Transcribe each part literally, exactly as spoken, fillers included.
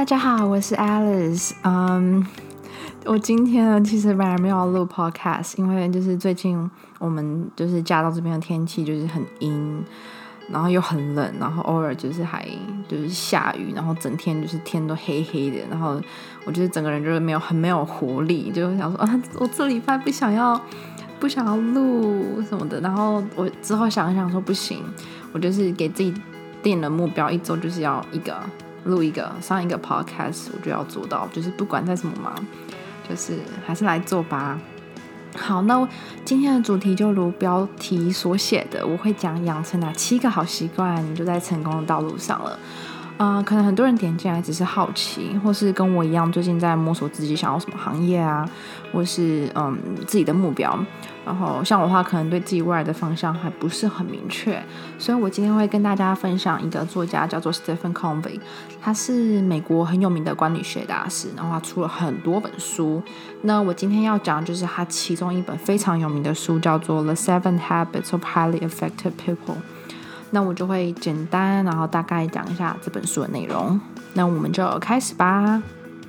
家好，我是 Alice。嗯，我今天呢，其实本来没有录 podcast， 因为就是最近我们就是家到这边的天气就是很阴，然后又很冷，然后偶尔就是还就是下雨，然后整天就是天都黑黑的，然后我就是整个人就是没有很没有活力，就想说啊，我这礼拜不想要不想要录什么的，然后我之后想一想说不行，我就是给自己定了目标，一周就是要一个录一个上一个 podcast， 我就要做到，就是不管再怎么忙，就是还是来做吧。好，那今天的主题就如标题所写的，我会讲养成哪七个好习惯，你就在成功的道路上了。呃，可能很多人点进来只是好奇，或是跟我一样最近在摸索自己想要什么行业啊，或是嗯自己的目标。然后像我的话，可能对自己未来的方向还不是很明确，所以我今天会跟大家分享一个作家叫做 Stephen Covey， 他是美国很有名的管理学大师，然后他出了很多本书。那我今天要讲就是他其中一本非常有名的书，叫做 The Seven Habits of Highly Effective People。那我就会简单然后大概讲一下这本书的内容，那我们就开始吧。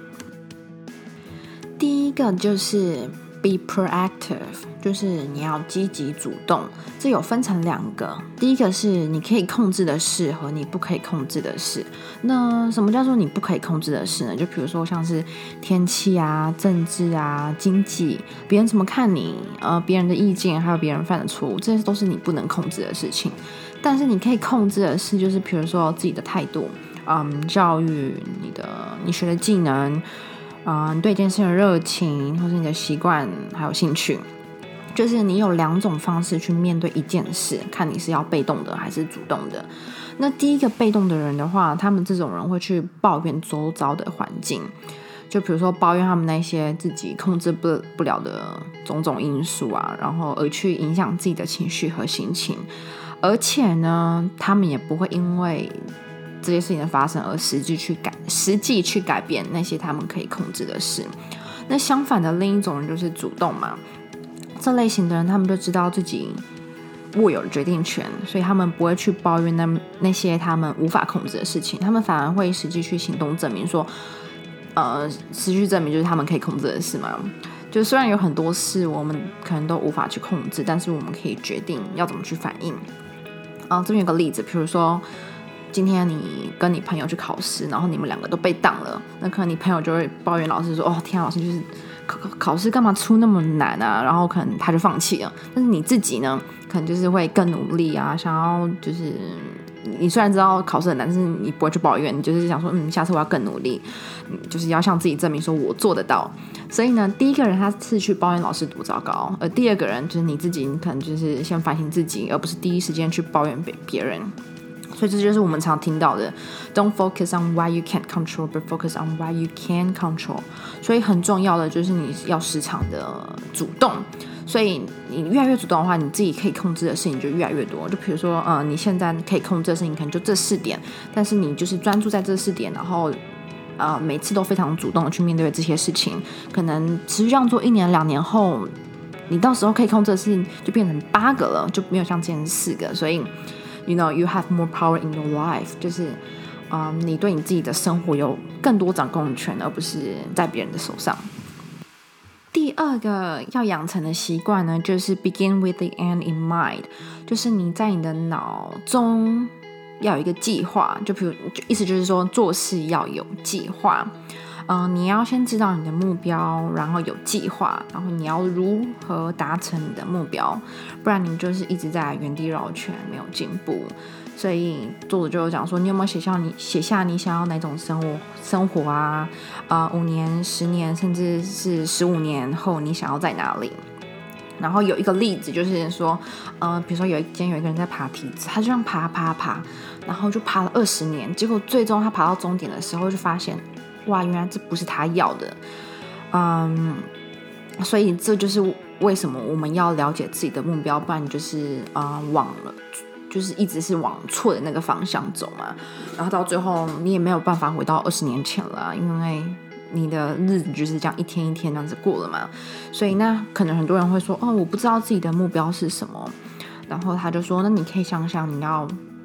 第一个就是 be proactive， 就是你要积极主动，这有分成两个，第一个是你可以控制的事和你不可以控制的事。那什么叫做你不可以控制的事呢？就比如说像是天气啊、政治啊、经济，别人怎么看你，呃，别人的意见，还有别人犯的错误，这些都是你不能控制的事情。但是你可以控制的是，就是比如说自己的态度，嗯，教育你的你学的技能，嗯，你对一件事情的热情，或是你的习惯还有兴趣，就是你有两种方式去面对一件事，看你是要被动的还是主动的。那第一个被动的人的话，他们这种人会去抱怨周遭的环境，就比如说抱怨他们那些自己控制不不了的种种因素啊，然后而去影响自己的情绪和心情。而且呢，他们也不会因为这些事情的发生而实际去改实际去改变那些他们可以控制的事。那相反的另一种人就是主动嘛，这类型的人他们就知道自己握有决定权，所以他们不会去抱怨 那, 那些他们无法控制的事情，他们反而会实际去行动证明说呃，实际证明就是他们可以控制的事嘛。就虽然有很多事我们可能都无法去控制，但是我们可以决定要怎么去反应。啊，这边有个例子，比如说今天你跟你朋友去考试，然后你们两个都被当了，那可能你朋友就会抱怨老师说：“哦，天啊，老师就是考考试干嘛出那么难啊？”然后可能他就放弃了。但是你自己呢，可能就是会更努力啊，想要就是你虽然知道考试很难，但是你不会去抱怨，你就是想说，嗯，下次我要更努力，就是要向自己证明说我做得到。所以呢，第一个人他是去抱怨老师多糟糕，而第二个人就是你自己，你可能就是先反省自己，而不是第一时间去抱怨别人。所以这就是我们常听到的 Don't focus on what you can't control, but focus on what you can control。 所以很重要的就是你要时常的主动，所以你越来越主动的话，你自己可以控制的事情就越来越多。就比如说呃，你现在可以控制的事情可能就这四点，但是你就是专注在这四点，然后呃，每次都非常主动的去面对这些事情，可能持续这样做一年两年后，你到时候可以控制的事情就变成八个了，就没有像之前四个。所以 you know you have more power in your life， 就是呃，你对你自己的生活有更多掌控权，而不是在别人的手上。第二个要养成的习惯呢，就是 begin with the end in mind， 就是你在你的脑中要有一个计划，就比如就意思就是说做事要有计划，嗯、呃，你要先知道你的目标，然后有计划，然后你要如何达成你的目标，不然你就是一直在原地绕圈，没有进步。所以作者就有讲说，你有没有写下你写下你想要哪种生活生活啊？啊、呃，五年、十年，甚至是十五年后，你想要在哪里？然后有一个例子就是说，呃，比如说有一天有一个人在爬梯子，他就这样爬爬爬，然后就爬了二十年，结果最终他爬到终点的时候，就发现，哇，原来这不是他要的，嗯，所以这就是为什么我们要了解自己的目标，不然你就是啊、呃、忘了。就是一直是往错的那个方向走嘛，然后到最后你也没有办法回到二十年前了，因为你的日子就是这样一天一天这样子过了嘛。所以那可能很多人会说，哦，我不知道自己的目标是什么，然后他就说，那你可以想想你要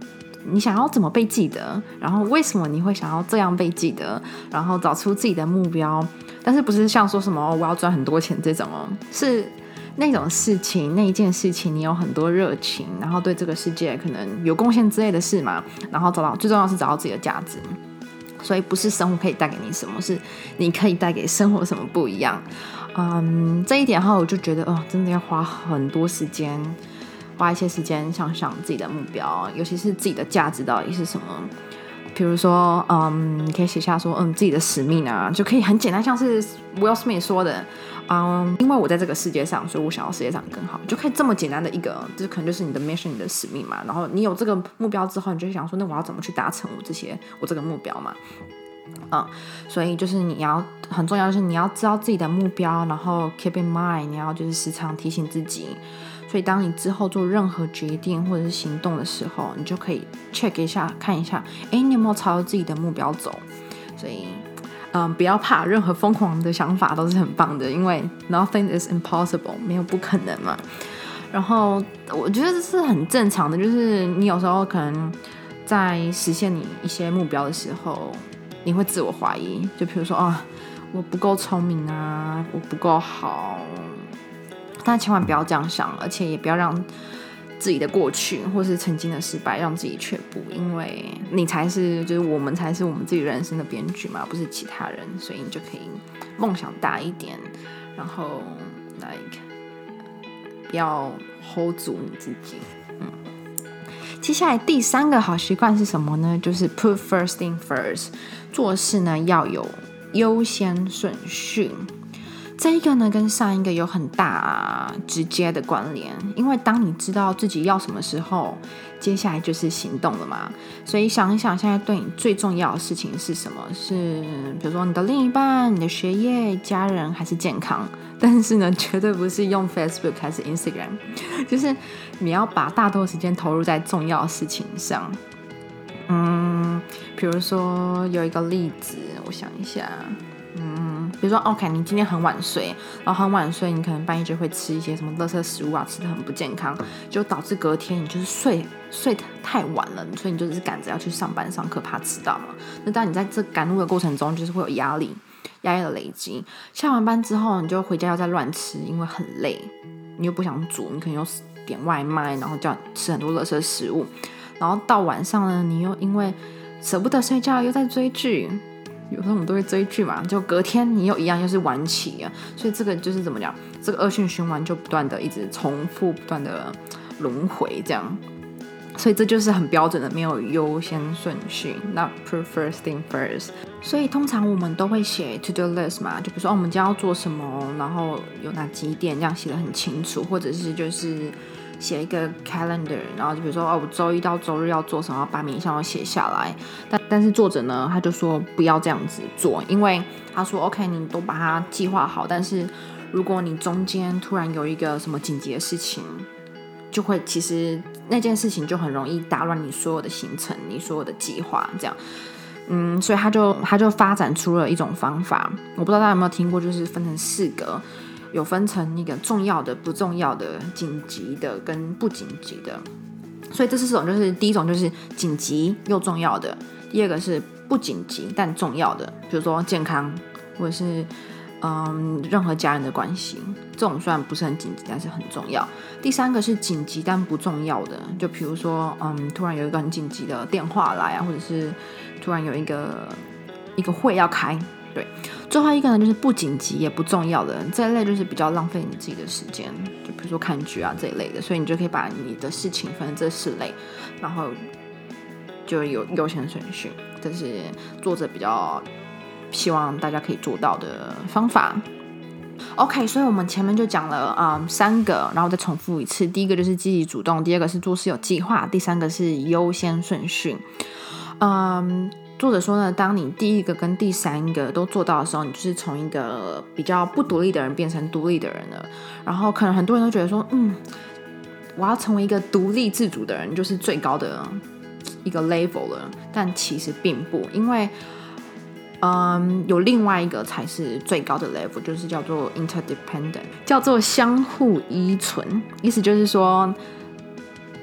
你想要怎么被记得，然后为什么你会想要这样被记得，然后找出自己的目标，但是不是像说什么、哦、我要赚很多钱这种哦，是那种事情，那一件事情你有很多热情，然后对这个世界可能有贡献之类的事嘛，然后找到最重要是找到自己的价值。所以不是生活可以带给你什么，是你可以带给生活什么不一样。嗯，这一点后我就觉得哦，真的要花很多时间，花一些时间想想自己的目标，尤其是自己的价值到底是什么。比如说，嗯，你可以写下说，嗯，自己的使命啊，就可以很简单，像是 Will Smith 说的，嗯，因为我在这个世界上，所以我想要世界上更好，就可以这么简单的一个，这可能就是你的 mission， 你的使命嘛。然后你有这个目标之后，你就想说，那我要怎么去达成我这些我这个目标嘛？嗯，所以就是你要很重要，就是你要知道自己的目标，然后 keep in mind， 你要就是时常提醒自己。所以当你之后做任何决定或者是行动的时候，你就可以 check 一下，看一下，哎，你有没有朝着自己的目标走？所以，嗯，不要怕，任何疯狂的想法都是很棒的，因为 nothing is impossible， 没有不可能嘛。然后我觉得这是很正常的，就是你有时候可能在实现你一些目标的时候，你会自我怀疑，就比如说啊，我不够聪明啊，我不够好。但千万不要这样想，而且也不要让自己的过去或是曾经的失败让自己却步，因为你才是，就是我们才是我们自己人生的编剧嘛，不是其他人，所以你就可以梦想大一点，然后 like 不要 hold 住你自己。嗯，接下来第三个好习惯是什么呢？就是 put first thing first， 做事呢要有优先顺序。这一个呢跟上一个有很大、啊、直接的关联，因为当你知道自己要什么时候，接下来就是行动了嘛。所以想一想，现在对你最重要的事情是什么？是比如说你的另一半、你的学业、家人还是健康？但是呢，绝对不是用 Facebook 还是 Instagram， 就是你要把大多时间投入在重要的事情上。嗯，比如说有一个例子，我想一下。嗯，比如说 OK 你今天很晚睡，然后很晚睡你可能半夜就会吃一些什么垃圾食物啊，吃得很不健康，就导致隔天你就是睡睡太晚了，所以你就是赶着要去上班上课，怕迟到嘛。那当你在这赶路的过程中就是会有压力压力的累积，下完班之后你就回家要再乱吃，因为很累，你又不想煮，你可能又点外卖，然后叫吃很多垃圾食物，然后到晚上呢你又因为舍不得睡觉又在追剧，有时候我们都会追剧嘛，就隔天你又一样又是晚起啊，所以这个就是怎么讲，这个恶性循环就不断的一直重复，不断的轮回这样，所以这就是很标准的没有优先顺序 ，not put first thing first。所以通常我们都会写 to do list 嘛，就比如说、哦、我们今天要做什么，然后有哪几点，这样写得很清楚，或者是就是写一个 calendar， 然后就比如说哦，我周一到周日要做什么，要把每一项都写下来。但但是作者呢，他就说不要这样子做，因为他说 OK， 你都把它计划好，但是如果你中间突然有一个什么紧急的事情，就会其实那件事情就很容易打乱你所有的行程，你所有的计划这样。嗯，所以他就他就发展出了一种方法，我不知道大家有没有听过，就是分成四个。有分成一个重要的、不重要的、紧急的跟不紧急的，所以这四种就是第一种就是紧急又重要的，第二个是不紧急但重要的，比如说健康或者是嗯任何家人的关系，这种虽然不是很紧急但是很重要。第三个是紧急但不重要的，就比如说嗯突然有一个很紧急的电话来啊，或者是突然有一个一个会要开。对，最后一个呢就是不紧急也不重要的这一类，就是比较浪费你自己的时间，就比如说看剧啊这一类的，所以你就可以把你的事情分成这四类，然后就有优先顺序，这是作者比较希望大家可以做到的方法。OK， 所以我们前面就讲了、嗯、三个，然后再重复一次。第一个就是积极主动，第二个是做事有计划，第三个是优先顺序。嗯。作者说呢，当你第一个跟第三个都做到的时候，你就是从一个比较不独立的人变成独立的人了。然后可能很多人都觉得说，嗯，我要成为一个独立自主的人，就是最高的一个 level 了。但其实并不，因为嗯，有另外一个才是最高的 level， 就是叫做 interdependent， 叫做相互依存。意思就是说，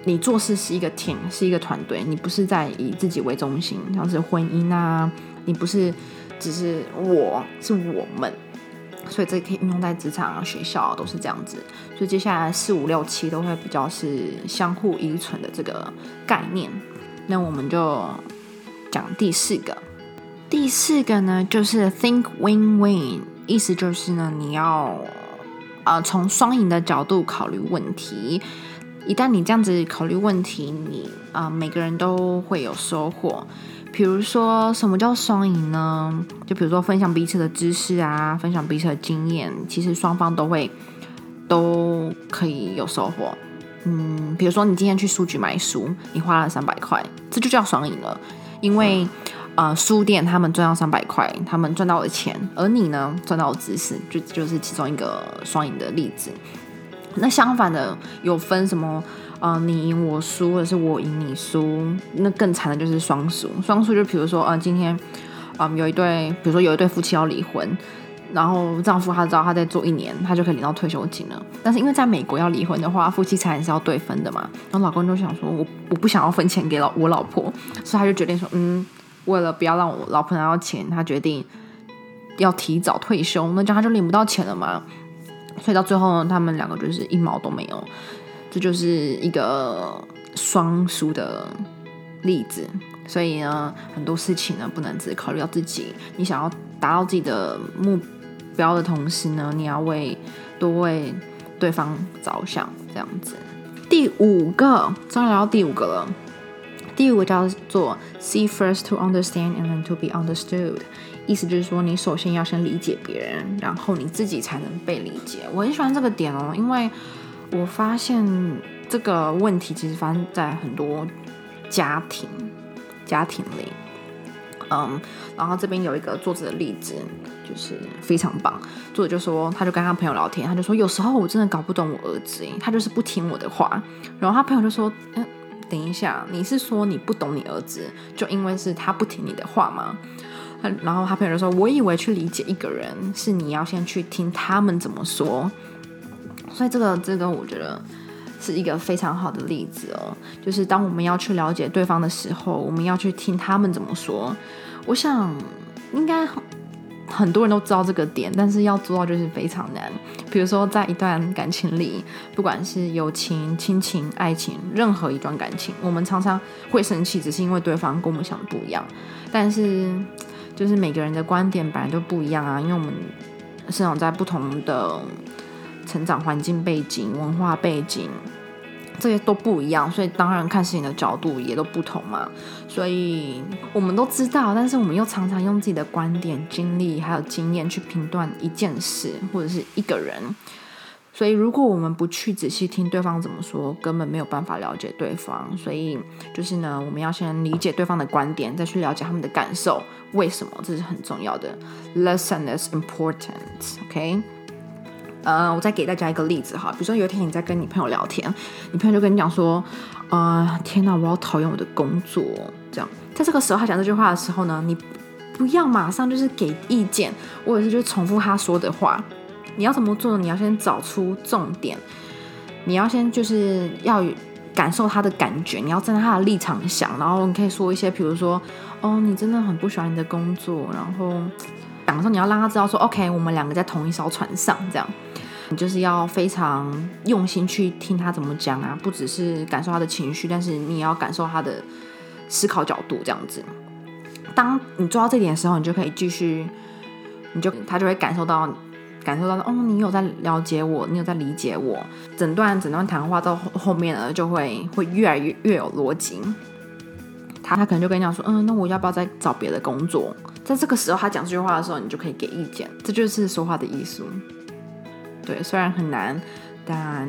你做事是一个 team， 是一个团队，你不是在以自己为中心，像是婚姻啊，你不是只是我是我们，所以这可以运用在职场啊、学校啊，都是这样子。所以接下来四五六七都会比较是相互依存的这个概念。那我们就讲第四个，第四个呢就是 think win-win， 意思就是呢你要呃从双赢的角度考虑问题。一旦你这样子考虑问题，你啊、呃、每个人都会有收获。比如说什么叫双赢呢？就比如说分享彼此的知识啊，分享彼此的经验，其实双方都会都可以有收获。嗯，比如说你今天去书局买书，你花了三百块，这就叫双赢了。因为呃书店他们赚到三百块，他们赚到了钱，而你呢赚到了知识，就就是其中一个双赢的例子。那相反的有分什么呃你赢我输，或者是我赢你输，那更惨的就是双输。双输就比如说呃今天嗯、呃、有一对，比如说有一对夫妻要离婚，然后丈夫他知道他再做一年他就可以领到退休金了，但是因为在美国要离婚的话，夫妻财产是要对分的嘛，然后老公就想说我我不想要分钱给老我老婆，所以他就决定说嗯为了不要让我老婆拿到钱，他决定要提早退休，那这样他就领不到钱了嘛。所以到最后呢，他们两个就是一毛都没有，这就是一个双输的例子。所以呢，很多事情呢不能只考虑到自己，你想要达到自己的目标的同时呢，你要为多为对方着想，这样子。第五个，终于来到第五个了。第五个叫做 see first to understand and then to be understood， 意思就是说你首先要先理解别人，然后你自己才能被理解。我很喜欢这个点哦，因为我发现这个问题其实发生在很多家庭家庭里。嗯，然后这边有一个作者的例子，就是非常棒。作者就说，他就跟他朋友聊天，他就说有时候我真的搞不懂我儿子，他就是不听我的话。然后他朋友就说，嗯。等一下，你是说你不懂你儿子，就因为是他不听你的话吗？然后他朋友就说，我以为去理解一个人是你要先去听他们怎么说。所以这个这个我觉得是一个非常好的例子哦，就是当我们要去了解对方的时候，我们要去听他们怎么说。我想应该很多人都知道这个点，但是要做到就是非常难。比如说在一段感情里，不管是友情、亲情、爱情，任何一段感情，我们常常会生气，只是因为对方跟我们想的不一样。但是就是每个人的观点本来就不一样啊，因为我们生长在不同的成长环境背景、文化背景，这些都不一样，所以当然看事情的角度也都不同嘛。所以我们都知道，但是我们又常常用自己的观点、经历还有经验去评断一件事或者是一个人。所以如果我们不去仔细听对方怎么说，根本没有办法了解对方。所以就是呢，我们要先理解对方的观点，再去了解他们的感受，为什么，这是很重要的。Listen is important, OK？呃，我再给大家一个例子哈，比如说有一天你在跟你朋友聊天，你朋友就跟你讲说，呃，天哪，我好讨厌我的工作，这样，在这个时候他讲这句话的时候呢，你不要马上就是给意见，或者是就重复他说的话，你要怎么做呢？你要先找出重点，你要先就是要感受他的感觉，你要站在他的立场想，然后你可以说一些，比如说，哦，你真的很不喜欢你的工作，然后讲的时候你要让他知道说 OK 我们两个在同一艘船上，这样你就是要非常用心去听他怎么讲啊，不只是感受他的情绪，但是你也要感受他的思考角度，这样子。当你做到这点的时候，你就可以继续，你就他就会感受到感受到哦，你有在了解我，你有在理解我。整段整段谈话到后面呢，就会会越来越越有逻辑。他他可能就跟你讲说，嗯，那我要不要再找别的工作？在这个时候他讲这句话的时候，你就可以给意见，这就是说话的艺术。对，虽然很难，但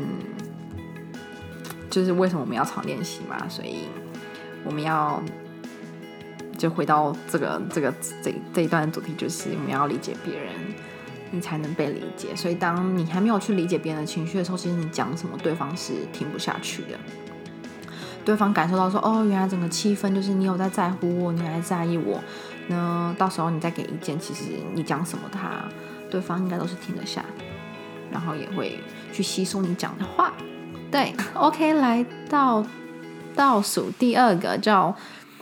就是为什么我们要常练习嘛，所以我们要就回到这个这个这这一段的主题，就是我们要理解别人，你才能被理解。所以当你还没有去理解别人的情绪的时候，其实你讲什么对方是听不下去的。对方感受到说，哦，原来整个气氛就是你有在在乎我，你还在意我，那到时候你再给意见，其实你讲什么他对方应该都是听得下，然后也会去吸收你讲的话。对 OK， 来到倒数第二个叫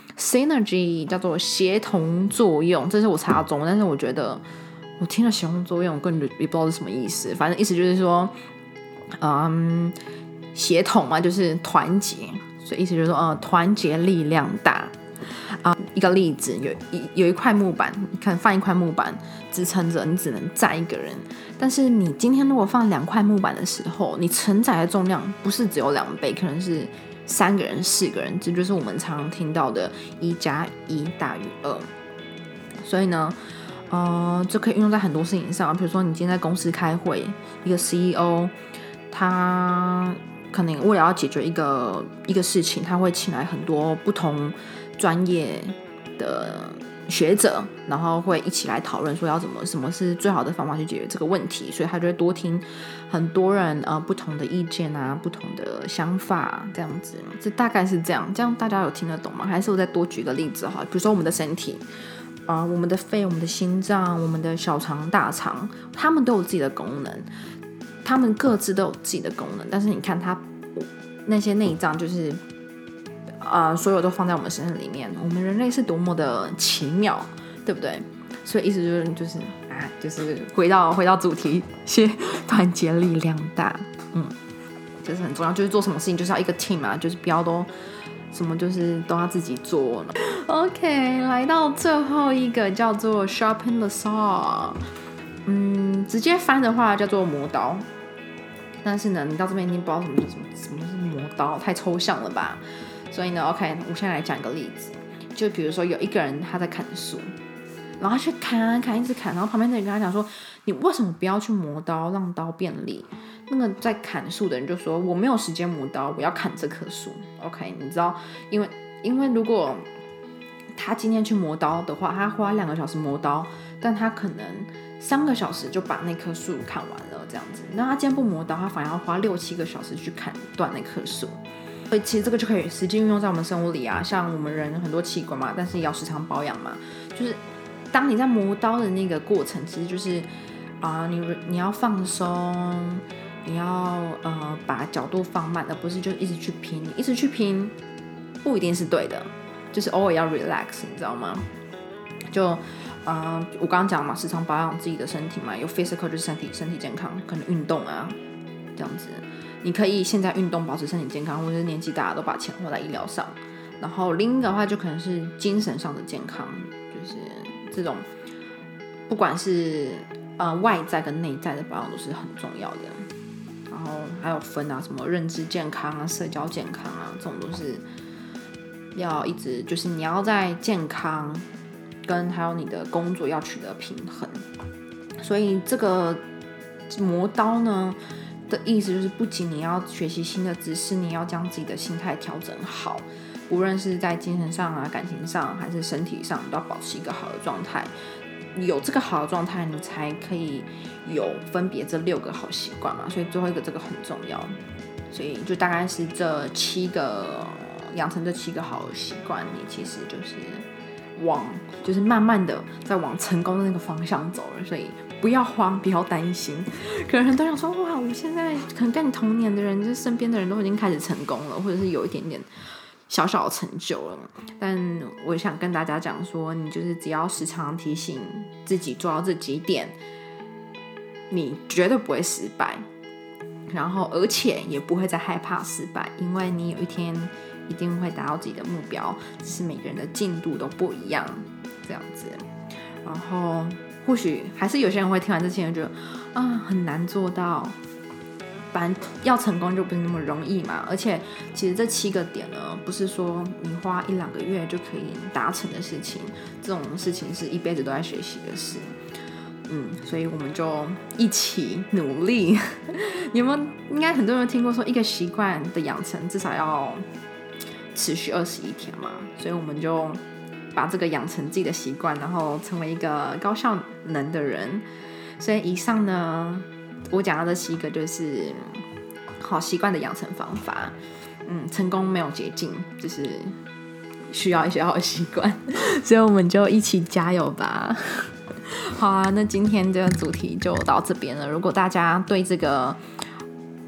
synergy， 叫做协同作用，这是我查到中文，但是我觉得我听了协同作用，我根本也不知道是什么意思。反正意思就是说，嗯，协同嘛，就是团结，所以意思就是说，呃，团结力量大。啊、一个例子，有一有一块木板，你看放一块木板支撑着，你只能载一个人。但是你今天如果放两块木板的时候，你承载的重量不是只有两倍，可能是三个人、四个人，这就是我们常常听到的一加一大于二。所以呢，呃，这可以运用在很多事情上，比如说你今天在公司开会，一个 C E O， 他可能为了要解决一个一个事情，他会请来很多不同专业的学者，然后会一起来讨论说要怎么什么是最好的方法去解决这个问题，所以他就会多听很多人呃不同的意见啊，不同的想法这样子，这大概是这样。这样大家有听得懂吗？还是我再多举个例子哈？比如说我们的身体啊、呃，我们的肺、我们的心脏、我们的小肠、大肠，他们都有自己的功能，他们各自都有自己的功能，但是你看它那些内脏就是呃，所有都放在我们身体里面，我们人类是多么的奇妙，对不对？所以意思就是就是啊，就是回到回到主题，是团结力量大，嗯，这、就是很重要。就是做什么事情就是要一个 team 啊，就是不要都什么就是都要自己做。OK， 来到最后一个叫做 sharpen the saw， 嗯，直接翻的话叫做磨刀。但是呢，你到这边已经不知道什么什么什么是磨刀，太抽象了吧？所以呢 ，OK， 我现在来讲一个例子，就比如说有一个人他在砍树，然后他去砍砍一直砍，然后旁边的人跟他讲说：“你为什么不要去磨刀，让刀变利？”那个在砍树的人就说：“我没有时间磨刀，我要砍这棵树。” OK， 你知道，因为因为如果他今天去磨刀的话，他花两个小时磨刀，但他可能三个小时就把那棵树砍完了，这样子。那他今天不磨刀，他反而要花六七个小时去砍断那棵树。所以其实这个就可以实际运用在我们生活里啊，像我们人很多器官嘛，但是也要时常保养嘛。就是当你在磨刀的那个过程，其实就是啊、呃，你你要放松，你要呃把角度放慢，而不是就一直去拼，你一直去拼不一定是对的，就是偶尔要 relax， 你知道吗？就呃我刚刚讲嘛，时常保养自己的身体嘛，有 physical 就是身体身体健康，可能运动啊这样子。你可以现在运动保持身体健康，或者是年纪大都把钱花在医疗上。然后另一个的话就可能是精神上的健康，就是这种不管是呃外在跟内在的保养都是很重要的。然后还有分啊，什么认知健康啊、社交健康啊，这种都是要一直就是你要在健康跟还有你的工作要取得平衡。所以这个磨刀呢的意思就是，不仅你要学习新的知识，你要将自己的心态调整好，无论是在精神上啊、感情上还是身体上，你都要保持一个好的状态。有这个好的状态，你才可以有分别这六个好习惯嘛。所以最后一个这个很重要。所以就大概是这七个，养成这七个好的习惯，你其实就是往就是慢慢的在往成功的那个方向走了。所以不要慌，不要担心。可能很多人说，哇，我现在可能跟你同年的人，就身边的人都已经开始成功了，或者是有一点点小小的成就了。但我想跟大家讲说，你就是只要时常提醒自己做到这几点，你绝对不会失败，然后而且也不会再害怕失败，因为你有一天一定会达到自己的目标，只是每个人的进度都不一样，这样子。然后或许还是有些人会听完这些人觉得啊很难做到，反正要成功就不是那么容易嘛。而且其实这七个点呢，不是说你花一两个月就可以达成的事情，这种事情是一辈子都在学习的事。嗯，所以我们就一起努力。你有没有？应该很多人听过说，一个习惯的养成至少要持续二十一天嘛，所以我们就把这个养成自己的习惯，然后成为一个高效能的人。所以以上呢，我讲到这七个就是好习惯的养成方法。嗯，成功没有捷径，就是需要一些好习惯，所以我们就一起加油吧。好啊，那今天这个主题就到这边了。如果大家对这个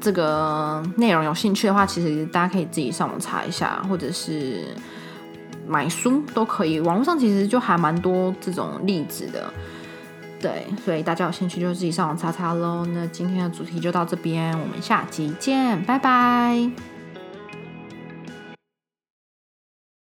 这个内容有兴趣的话，其实大家可以自己上网查一下，或者是买书都可以。网络上其实就还蛮多这种例子的，对，所以大家有兴趣就自己上网查查咯。那今天的主题就到这边，我们下集见，拜拜。